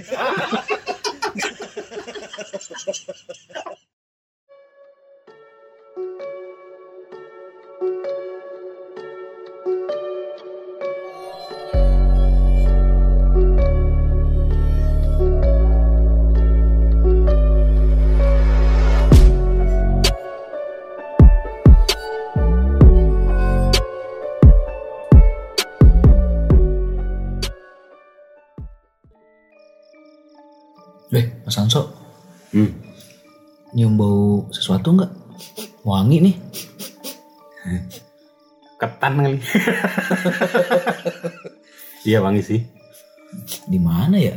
Mas Anso, nyium bau sesuatu nggak? Wangi nih. Ketan kali. Iya wangi sih. Di mana ya?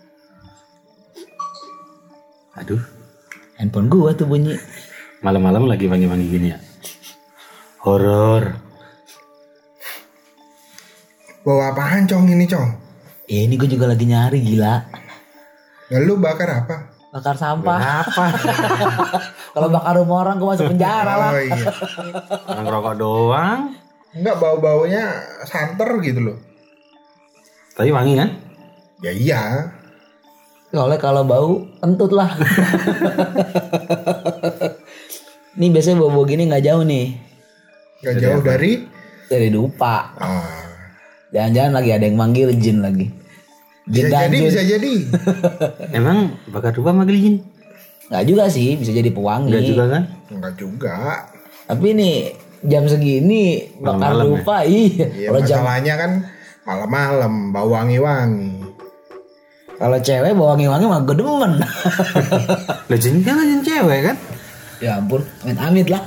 Aduh, handphone gua tuh bunyi. Malam-malam lagi wangi-wangi gini ya. Horor. Bawa apaan Cong ini Cong? Ya ini gue juga lagi nyari gila. Ya lu bakar apa? Bakar sampah. Apa? Kalau bakar rumah orang gue masuk penjara lah. Oh iya. Orang rokok doang. Enggak, bau-baunya santer gitu loh. Tapi wangi kan? Ya iya. Soalnya kalau bau kentut lah. Nih biasanya bau-bau gini nggak jauh nih. Gak jauh apa? dari dupa. Ah. Jangan-jangan lagi ada yang manggil jin lagi. Bisa jadi. Emang bakar dupa manggil jin? Nggak juga sih, bisa jadi pewangi. Enggak juga kan? Enggak juga. Tapi nih jam segini bakar Malam-malam dupa iya. Iya, Kalau masalahnya kan malam-malam bau wangi-wangi. Kalau cewek bawa wangi-wangi mah gue demen. Lah jin kan jin cewek kan? Ya ampun, amit-amit lah.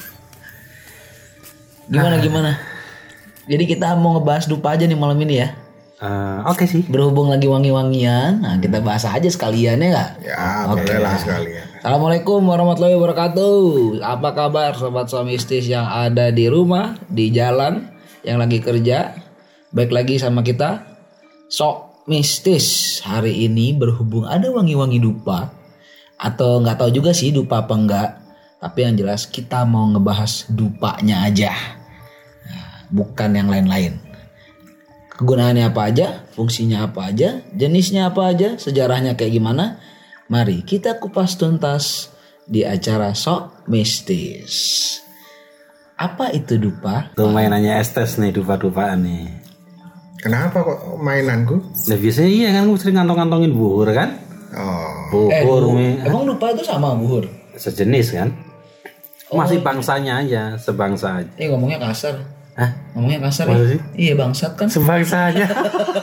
Gimana? Jadi kita mau ngebahas dupa aja nih malam ini ya. Oke sih. Berhubung lagi wangi-wangian, nah kita bahas aja sekalian ya nggak? Ya, Oke. boleh lah sekalian. Assalamualaikum warahmatullahi wabarakatuh. Apa kabar sobat Somistis yang ada di rumah, di jalan, yang lagi kerja? Baik lagi sama kita Sok Mistis. Hari ini berhubung ada wangi-wangi dupa, atau nggak tahu juga sih dupa apa enggak, tapi yang jelas kita mau ngebahas dupanya aja, nah, bukan yang lain-lain. Kegunaannya apa aja, fungsinya apa aja, jenisnya apa aja, sejarahnya kayak gimana. Mari kita kupas tuntas di acara Sok Mistis. Apa itu dupa? Tuh mainannya estes nih, dupa-dupaan nih. Kenapa kok mainanku? Nah biasanya iya kan gue sering ngantong-ngantongin buhur kan? Oh, Buhur Emang dupa itu sama buhur? sejenis kan? Masih bangsanya aja, sebangsa aja. Ngomongnya kasar. Hah? Ngomongnya kasar Masa ya? sih? Iya bangsat kan. Sebangsa aja.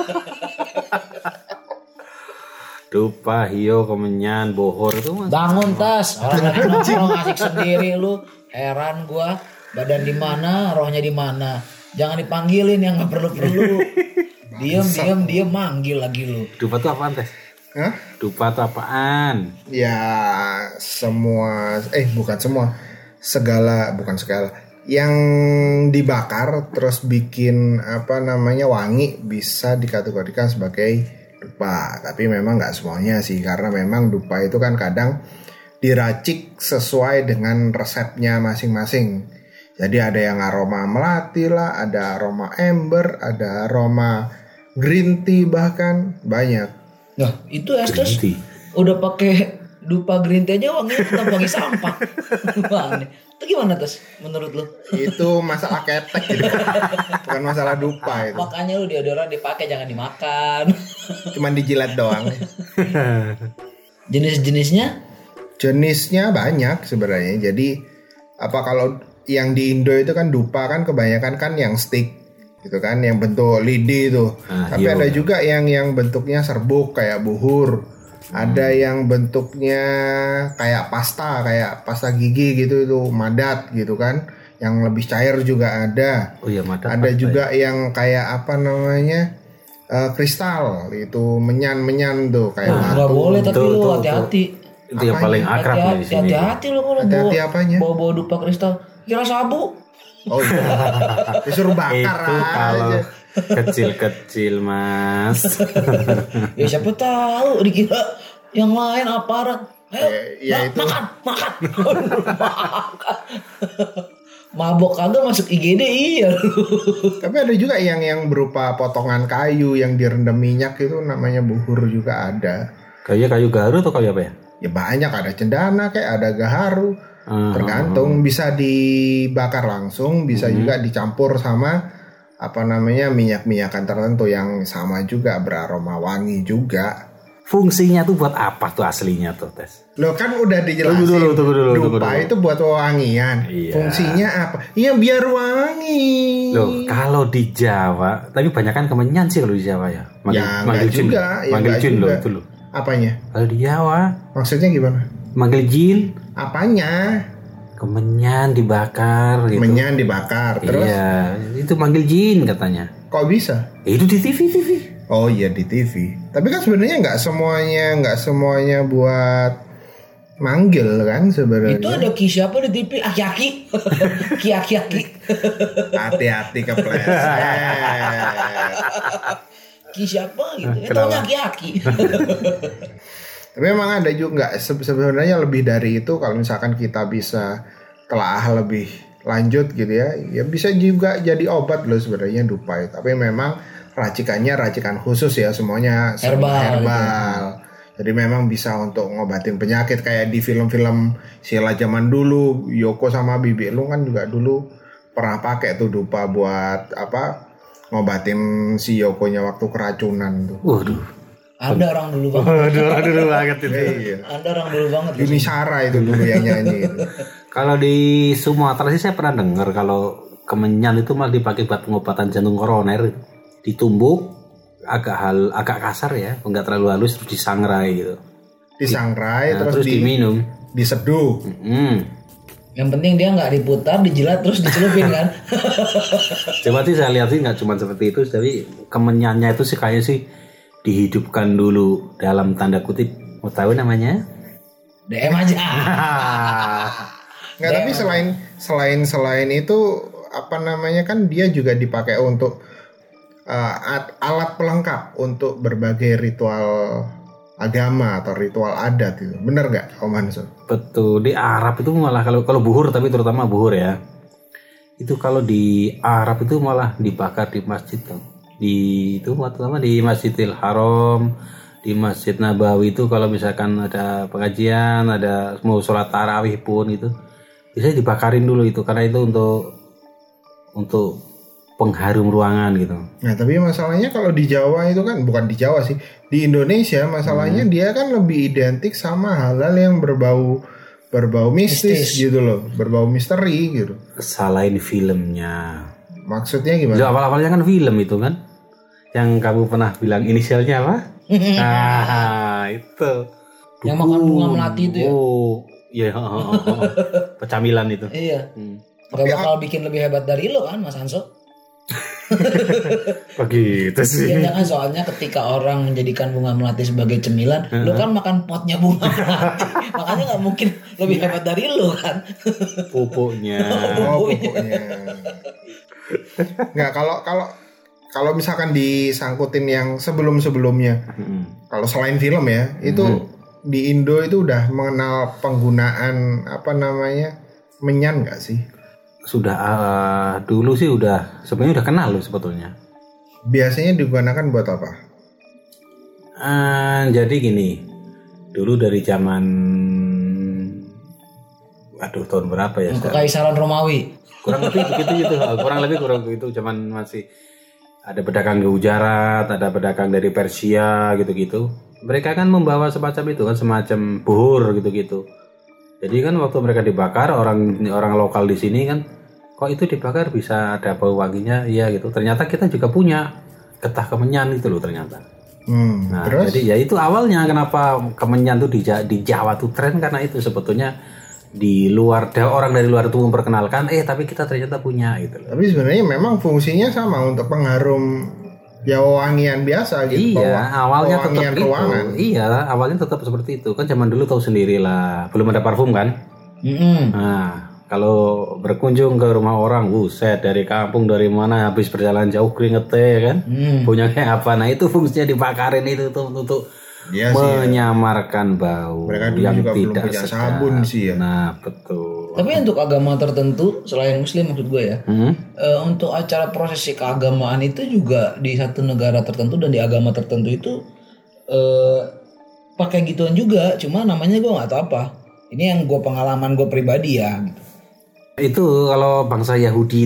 Dupa, hio, kemenyan, bohor itu mas. Bangun tas. Orang lagi nongkrong asik sendiri lu. Heran gua. Badan di mana, rohnya di mana. Jangan dipanggilin yang nggak perlu. Diam manggil lagi lu. Dupa itu apaan Tes? hah? Dupa itu apaan? Ya semua, bukan semua, bukan segala yang dibakar terus bikin wangi bisa dikategorikan sebagai dupa. Tapi memang nggak semuanya sih, karena memang dupa itu kan kadang diracik sesuai dengan resepnya masing-masing. Jadi ada yang aroma melati lah, ada aroma ember, ada aroma green tea, bahkan banyak. Nah itu Estes udah pakai dupa green tea aja wanginya tetap wangi sampah. Aneh. Itu gimana Tes menurut lu? Itu masalah ketek gitu. Bukan masalah dupa itu. Makanya lu deodoran dipakai jangan dimakan. Cuman dijilat doang. Jenis-jenisnya? Jenisnya banyak sebenarnya. Jadi kalau yang di Indo itu kan dupa kan kebanyakan kan yang stick gitu kan, yang bentuk lidi itu. Tapi ada juga yang bentuknya serbuk kayak buhur. Ada yang bentuknya kayak pasta gigi gitu, itu madat gitu kan, yang lebih cair juga ada. Oh iya, madat. Ada juga yang kayak kristal itu, menyan tuh kayak batu. Nggak boleh tapi lu hati-hati. Itu yang paling akrab di sini. Hati-hati lo kalau hati-hati apanya? Bawa dupa kristal kira sabu. Oh iya. Disuruh bakar itu kalau aja. kecil-kecil mas. Ya siapa tahu dikira yang lain aparat. Ayo, Ya itu. makan. Mabok kagak masuk IGD iya. Tapi ada juga yang berupa potongan kayu yang direndam minyak itu namanya buhur juga ada. Kayak kayu garu atau kayu apa ya? Ya banyak, ada cendana kayak ada gaharu. Tergantung, bisa dibakar langsung, bisa juga dicampur sama minyak-minyakan tertentu yang sama juga beraroma wangi juga. Fungsinya tuh buat apa tuh aslinya tuh, Tes? Lo kan udah dijelasin. Tunggu dulu. Dupa itu buat wangian. Iya. Fungsinya apa? Iya biar wangi. Loh, kalau di Jawa, tapi banyak kan kemenyan sih kalau di Jawa ya. Manggil jin. Manggil jin loh itu loh. Apanya? Kalau di Jawa, Maksudnya gimana? manggil jin, Apanya? kemenyan dibakar gitu. Menyan dibakar. Terus Iya, itu manggil jin katanya. kok bisa? Itu di TV. Oh iya di TV. Tapi kan sebenarnya nggak semuanya buat manggil kan sebenarnya. Itu ada Ki siapa di TV? Aki-aki. Ki-aki-aki. Hati-hati kepleset. Ki siapa gitu. Itu Kenapa? aki-aki. Tapi memang ada juga sebenarnya lebih dari itu, kalau misalkan kita bisa telah lebih lanjut gitu ya bisa juga jadi obat loh sebenarnya dupa. Tapi memang racikannya racikan khusus ya, semuanya herbal. Jadi memang bisa untuk ngobatin penyakit kayak di film-film Sheila zaman dulu, Yoko sama Bibi Lu kan juga dulu pernah pakai tuh dupa buat ngobatin si Yokonya waktu keracunan tuh. Waduh. Ada orang dulu banget. Orang dulu banget itu. Iya. Ada orang dulu banget. Yuni Shara itu dulu yang nyanyi itu. Kalau di Sumatera sih saya pernah dengar kalau kemenyan itu malah dipakai buat pengobatan jantung koroner. Ditumbuk agak kasar ya, enggak terlalu halus, terus disangrai gitu. Disangrai terus diminum. diseduh. Yang penting dia nggak diputar, dijilat terus dicelupin kan. Coba sih saya lihat sih nggak cuma seperti itu, tapi kemenyannya itu sih kayaknya sih dihidupkan dulu dalam tanda kutip. Mau tahu namanya? DM aja. Nggak, tapi selain itu kan dia juga dipakai untuk alat pelengkap untuk berbagai ritual agama atau ritual adat itu. Bener nggak Om Hanso? Betul, di Arab itu malah kalau buhur, tapi terutama buhur ya. Itu kalau di Arab itu malah dibakar di masjid tuh. Terutama di Masjidil Haram, di Masjid Nabawi itu kalau misalkan ada pengajian, ada mau sholat tarawih pun itu bisa dibakarin dulu itu, karena itu untuk pengharum ruangan gitu. Nah tapi masalahnya kalau di Jawa itu kan, bukan di Jawa sih, di Indonesia masalahnya dia kan lebih identik sama hal-hal yang berbau mistis gitu loh, berbau misteri gitu. Salahin filmnya. Maksudnya gimana? Awal-awalnya kan film itu kan, yang kamu pernah bilang inisialnya apa? Itu. Yang makan bunga melati itu ya. Oh, iya. Pecamilan itu. Iya. Gak bakal bikin lebih hebat dari lo kan Mas Hanso? Begitu sih. Iya kan, soalnya ketika orang menjadikan bunga melati sebagai cemilan, lo kan makan potnya bunga melati. Makanya gak mungkin lebih hebat dari lo kan. Pupuknya. Pupuknya. Nggak, kalau misalkan disangkutin yang sebelumnya, kalau selain film ya, itu di Indo itu udah mengenal penggunaan menyan nggak sih? Sudah dulu sih sebenarnya udah kenal loh sebetulnya. Biasanya digunakan buat apa? Jadi gini, dulu dari zaman tahun berapa ya? Kekaisaran Romawi. Kurang lebih begitu, zaman masih ada pedagang Gujarat, ada pedagang dari Persia gitu-gitu. Mereka kan membawa semacam itu kan, semacam buhur gitu-gitu. Jadi kan waktu mereka dibakar, orang lokal di sini kan, kok itu dibakar bisa ada bau wanginya, iya gitu. Ternyata kita juga punya getah kemenyan itu loh ternyata. Nah, terus? Jadi ya itu awalnya kenapa kemenyan tuh di Jawa tuh tren, karena itu sebetulnya orang dari luar itu memperkenalkan, tapi kita ternyata punya gitu loh. Tapi sebenarnya memang fungsinya sama untuk pengharum ya wangian biasa gitu. Iya, awalnya wangian tetap ruangan. Iya, awalnya tetap seperti itu. Kan zaman dulu tahu sendiri lah, belum ada parfum kan. Nah, kalau berkunjung ke rumah orang, buset, dari kampung dari mana, habis perjalanan jauh keringetnya kan, punya kayak apa. Nah itu fungsinya dibakarin itu tuh untuk menyamarkan bau. Mereka dulu yang juga belum tidak punya sedap. sabun sih ya. Nah betul. Tapi untuk agama tertentu selain Muslim maksud gue ya, untuk acara prosesi keagamaan itu juga di satu negara tertentu dan di agama tertentu itu pakai gituan juga, cuma namanya gue nggak tahu apa. Ini yang gue pengalaman gue pribadi ya. Gitu. Itu kalau bangsa Yahudi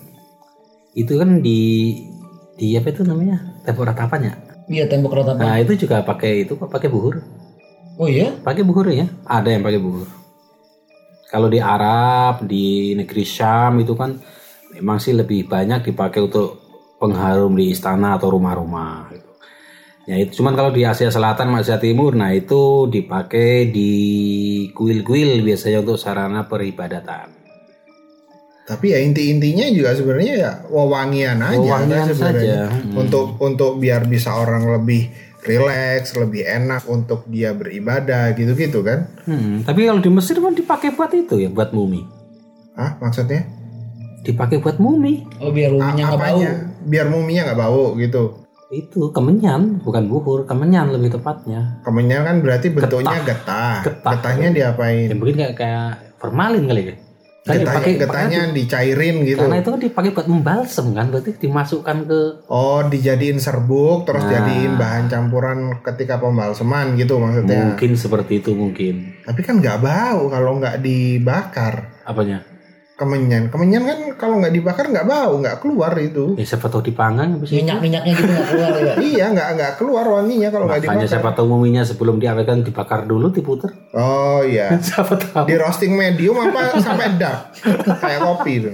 itu kan di apa itu namanya, tembok ratapan ya? Iya, tembok ratapan. Nah itu juga pakai buhur. Oh iya? Pakai buhur ya, ada yang pakai buhur. Kalau di Arab, di negeri Syam itu kan memang sih lebih banyak dipakai untuk pengharum di istana atau rumah-rumah. Gitu. Ya itu cuman kalau di Asia Selatan, Asia Timur, nah itu dipakai di kuil-kuil biasanya untuk sarana peribadatan. Tapi ya intinya juga sebenarnya ya wewangian aja. Wewangian saja. Untuk biar bisa orang lebih rileks, lebih enak untuk dia beribadah gitu-gitu kan. Tapi kalau di Mesir kan dipakai buat itu ya, buat mumi. Hah, maksudnya? Dipakai buat mumi. Oh, biar muminya nggak bau. Biar muminya nggak bau gitu. Itu kemenyan, bukan buhur, kemenyan lebih tepatnya. Kemenyan kan berarti bentuknya getah. Getahnya diapain? Ya mungkin kayak formalin kali ya. Getahnya dicairin gitu. Karena itu kan dipakai buat membalsem kan, berarti dimasukkan ke. Oh, dijadiin serbuk terus jadiin bahan campuran ketika pembalseman gitu maksudnya. Mungkin seperti itu mungkin. Tapi kan nggak bau kalau nggak dibakar. Apanya? Kemenyan kan kalau nggak dibakar nggak bau, nggak keluar itu. Ya siapa tahu dipanggang minyaknya gitu nggak keluar ya. Iya, nggak keluar wanginya kalau nggak dibakar. Makanya siapa tahu muminya sebelum diawetkan dibakar dulu, diputer. Oh iya. Siapa tahu. Di roasting medium apa sampai dark kayak kopi itu.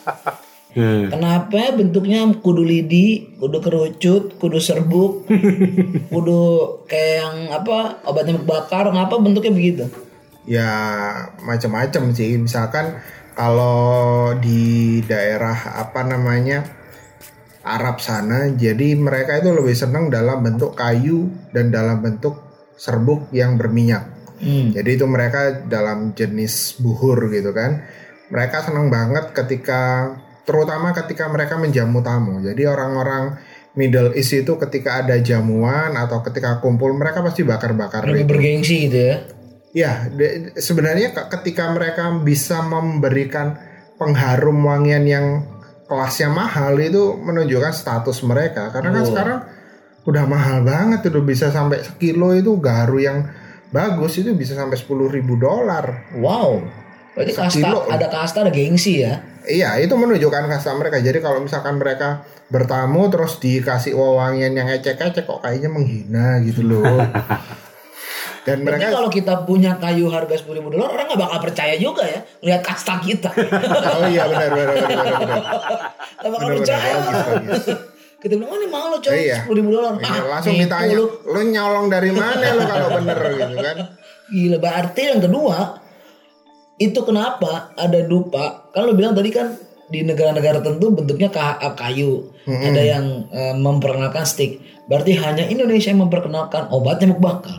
Kenapa bentuknya kudu lidi, kudu kerucut, kudu serbuk, kudu kayak yang apa obat nyamuk bakar, ngapa bentuknya begitu? Ya macam-macam sih, misalkan kalau di daerah apa namanya Arab sana, jadi mereka itu lebih senang dalam bentuk kayu dan dalam bentuk serbuk yang berminyak. Jadi itu mereka dalam jenis buhur gitu kan. Mereka senang banget terutama ketika mereka menjamu tamu. Jadi orang-orang Middle East itu ketika ada jamuan atau ketika kumpul mereka pasti bakar-bakar. Lebih bergengsi gitu ya. Ya, sebenarnya ketika mereka bisa memberikan pengharum wangian yang kelasnya mahal itu menunjukkan status mereka. Karena kan sekarang udah mahal banget, udah bisa sampai sekilo itu garu yang bagus itu bisa sampai $10,000. Wow, berarti ada kasta, ada gengsi ya? Iya, itu menunjukkan kasta mereka. Jadi kalau misalkan mereka bertamu terus dikasih wewangian yang ecek-ecek kok kayaknya menghina gitu loh. Dan berarti kalau kita punya kayu harga $10,000 orang nggak bakal percaya juga ya lihat kasta kita. Oh iya benar. Nggak bakal percaya. Kita bilang ini mahal loh coy, $10,000. Langsung ditanya lo nyolong dari mana lo kalau bener gitu kan. Gila, berarti yang kedua itu kenapa ada dupa? Kan lo bilang tadi kan di negara-negara tertentu bentuknya kayu, ada yang memperkenalkan stick. Berarti hanya Indonesia yang memperkenalkan obat nyamuk bakar.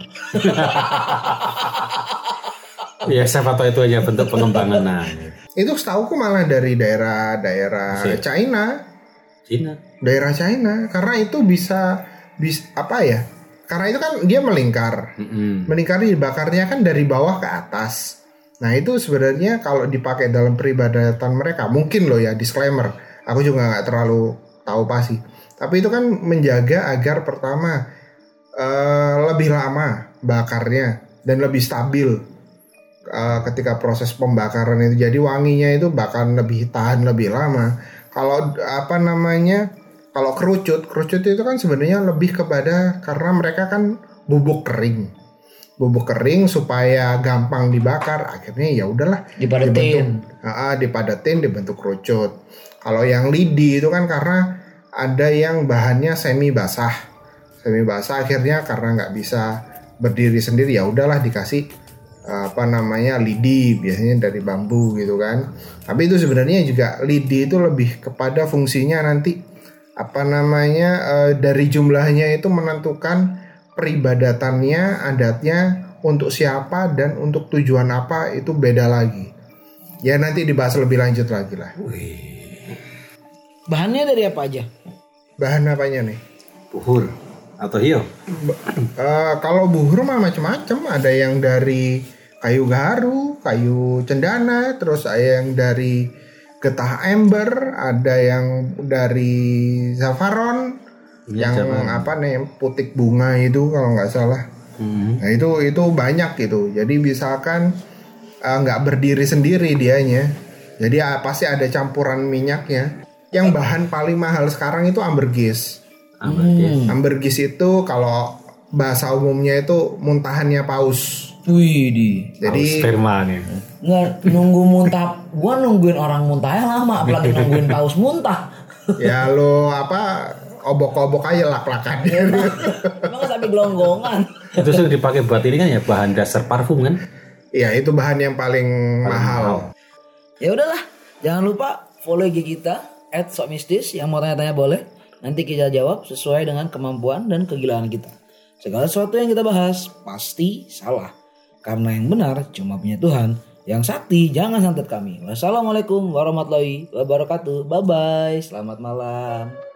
Ya siapa tahu itu aja bentuk pengembangan. Nah, itu setauku malah dari daerah China. Daerah China, karena itu bisa apa ya? Karena itu kan dia melingkar. Melingkar dibakarnya kan dari bawah ke atas. Nah, itu sebenarnya kalau dipakai dalam peribadatan mereka, mungkin loh ya, disclaimer. Aku juga nggak terlalu tahu pasti. Tapi itu kan menjaga agar pertama lebih lama bakarnya dan lebih stabil ketika proses pembakaran itu. Jadi wanginya itu bakal lebih tahan lebih lama. Kalau apa namanya? Kalau kerucut itu kan sebenarnya lebih kepada karena mereka kan bubuk kering supaya gampang dibakar. Akhirnya ya udahlah dipadatin dibentuk kerucut. Kalau yang lidi itu kan karena ada yang bahannya semi basah akhirnya karena nggak bisa berdiri sendiri ya udahlah dikasih lidi biasanya dari bambu gitu kan. Tapi itu sebenarnya juga lidi itu lebih kepada fungsinya nanti dari jumlahnya itu menentukan peribadatannya, adatnya untuk siapa dan untuk tujuan apa itu beda lagi. Ya nanti dibahas lebih lanjut lagi lah. Bahannya dari apa aja? Bahan apanya nih? Buhur atau hiyo? Kalau buhur mah macam-macam. Ada yang dari kayu gaharu, kayu cendana, terus ada yang dari getah ember, ada yang dari saffron, yang apa nih putik bunga itu kalau nggak salah. Nah itu banyak gitu. Jadi misalkan nggak berdiri sendiri dianya. Jadi pasti ada campuran minyaknya. Yang bahan paling mahal sekarang itu ambergris. Ambergris itu kalau bahasa umumnya itu muntahannya paus. Wih, jadi sperma nih. Nggak nunggu muntah. Gua nungguin orang muntahnya lama, apalagi nungguin paus muntah. Ya lo apa obok-obok aja lak-lakannya. Emang sampai gelonggongan. Itu sering dipakai buat ini kan ya, bahan dasar parfum kan? Iya, itu bahan yang paling mahal. Ya udahlah, jangan lupa follow IG kita @sokmistis. Yang mau tanya-tanya boleh. Nanti kita jawab sesuai dengan kemampuan dan kegilaan kita. Segala sesuatu yang kita bahas pasti salah. Karena yang benar cuma punya Tuhan. Yang sakti jangan santet kami. Wassalamualaikum warahmatullahi wabarakatuh. Bye-bye. Selamat malam.